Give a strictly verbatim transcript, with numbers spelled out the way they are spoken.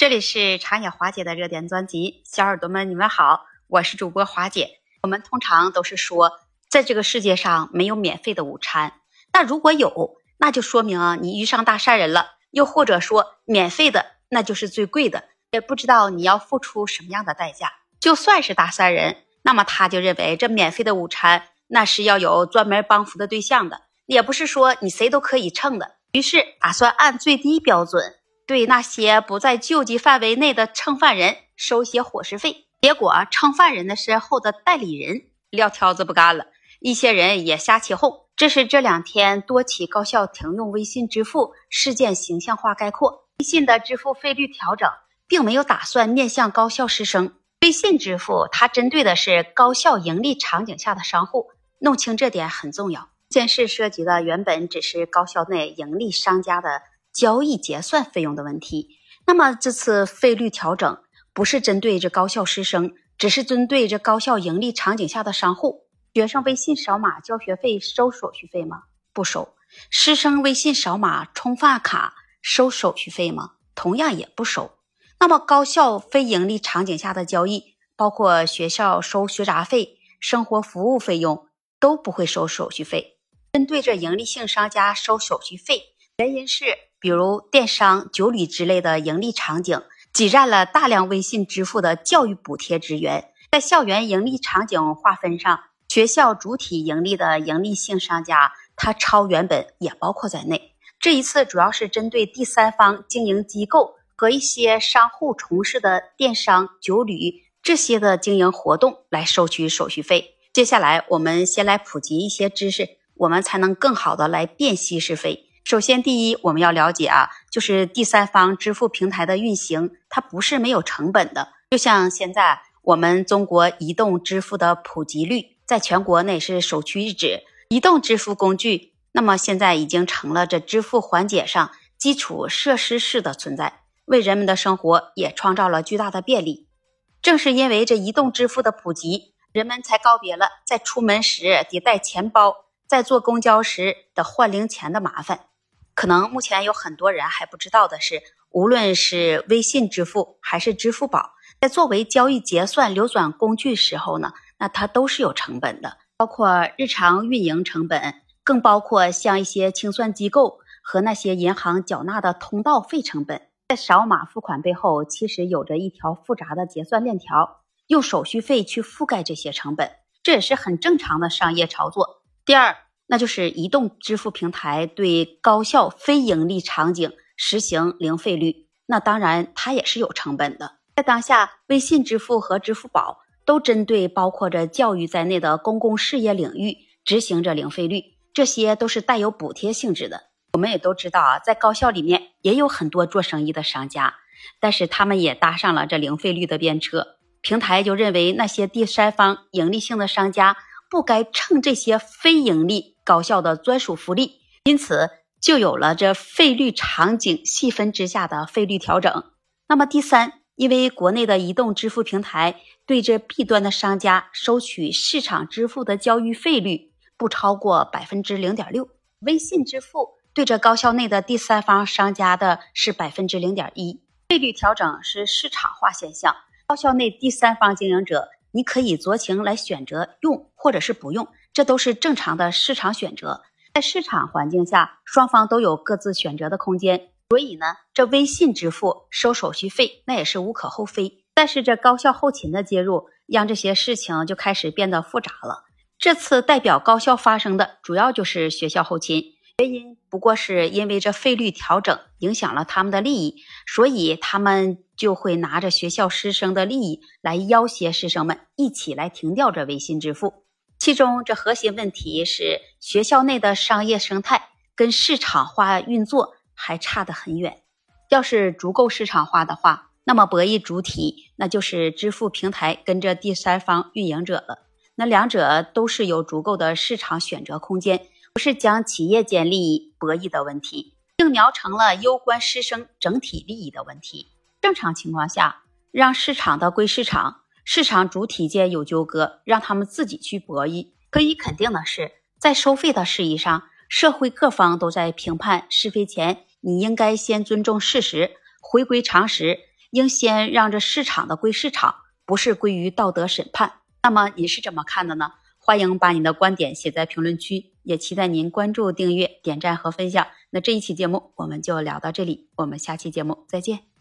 这里是长野华姐的热点专辑，小耳朵们你们好，我是主播华姐。我们通常都是说，在这个世界上没有免费的午餐，那如果有，那就说明啊你遇上大善人了，又或者说免费的那就是最贵的，也不知道你要付出什么样的代价。就算是大善人，那么他就认为这免费的午餐那是要有专门帮扶的对象的，也不是说你谁都可以蹭的，于是打算按最低标准对那些不在救济范围内的蹭饭人收些伙食费。结果蹭饭人的身后的代理人撂挑子不干了，一些人也瞎起哄。这是这两天多起高校停用微信支付事件形象化概括。微信的支付费率调整并没有打算面向高校师生，微信支付它针对的是高校盈利场景下的商户，弄清这点很重要。这件事涉及的原本只是高校内盈利商家的交易结算费用的问题，那么这次费率调整不是针对这高校师生，只是针对这高校盈利场景下的商户。学生微信扫码交学费收手续费吗？不收。师生微信扫码充饭卡收手续费吗？同样也不收。那么高校非盈利场景下的交易，包括学校收学杂费、生活服务费用都不会收手续费。针对这盈利性商家收手续费，原因是比如电商、酒旅之类的盈利场景挤占了大量微信支付的教育补贴资源，在校园盈利场景划分上，学校主体盈利的盈利性商家它超原本也包括在内。这一次主要是针对第三方经营机构和一些商户从事的电商、酒旅这些的经营活动来收取手续费。接下来我们先来普及一些知识，我们才能更好的来辨析是非。首先第一，我们要了解啊，就是第三方支付平台的运行它不是没有成本的。就像现在我们中国移动支付的普及率在全国内是首屈一指，移动支付工具那么现在已经成了这支付环节上基础设施式的存在，为人们的生活也创造了巨大的便利。正是因为这移动支付的普及，人们才告别了在出门时得带钱包，在坐公交时的换零钱的麻烦。可能目前有很多人还不知道的是，无论是微信支付还是支付宝，在作为交易结算流转工具时候呢，那它都是有成本的，包括日常运营成本，更包括像一些清算机构和那些银行缴纳的通道费成本。在扫码付款背后其实有着一条复杂的结算链条，用手续费去覆盖这些成本，这也是很正常的商业操作。第二，那就是移动支付平台对高校非盈利场景实行零费率，那当然它也是有成本的。在当下，微信支付和支付宝都针对包括着教育在内的公共事业领域执行着零费率，这些都是带有补贴性质的。我们也都知道啊，在高校里面也有很多做生意的商家，但是他们也搭上了这零费率的便车，平台就认为那些第三方盈利性的商家不该蹭这些非盈利高校的专属福利，因此就有了这费率场景细分之下的费率调整。那么第三，因为国内的移动支付平台对这 B 端的商家收取市场支付的交易费率不超过 百分之零点六， 微信支付对这高校内的第三方商家的是 百分之零点一。 费率调整是市场化现象，高校内第三方经营者你可以酌情来选择用或者是不用，这都是正常的市场选择。在市场环境下，双方都有各自选择的空间，所以呢，这微信支付收手续费那也是无可厚非。但是这高校后勤的介入，让这些事情就开始变得复杂了。这次代表高校发生的主要就是学校后勤，原因不过是因为这费率调整影响了他们的利益，所以他们就会拿着学校师生的利益来要挟师生们一起来停掉这微信支付。其中这核心问题是学校内的商业生态跟市场化运作还差得很远。要是足够市场化的话，那么博弈主体那就是支付平台跟着第三方运营者了，那两者都是有足够的市场选择空间，不是将企业间利益博弈的问题，并描成了攸关师生整体利益的问题。正常情况下，让市场的归市场，市场主体间有纠葛，让他们自己去博弈。可以肯定的是，在收费的事宜上，社会各方都在评判是非前，你应该先尊重事实，回归常识， 应先让这市场的归市场，不是归于道德审判。那么你是怎么看的呢？欢迎把你的观点写在评论区，也期待您关注、订阅、点赞和分享。那这一期节目我们就聊到这里，我们下期节目再见。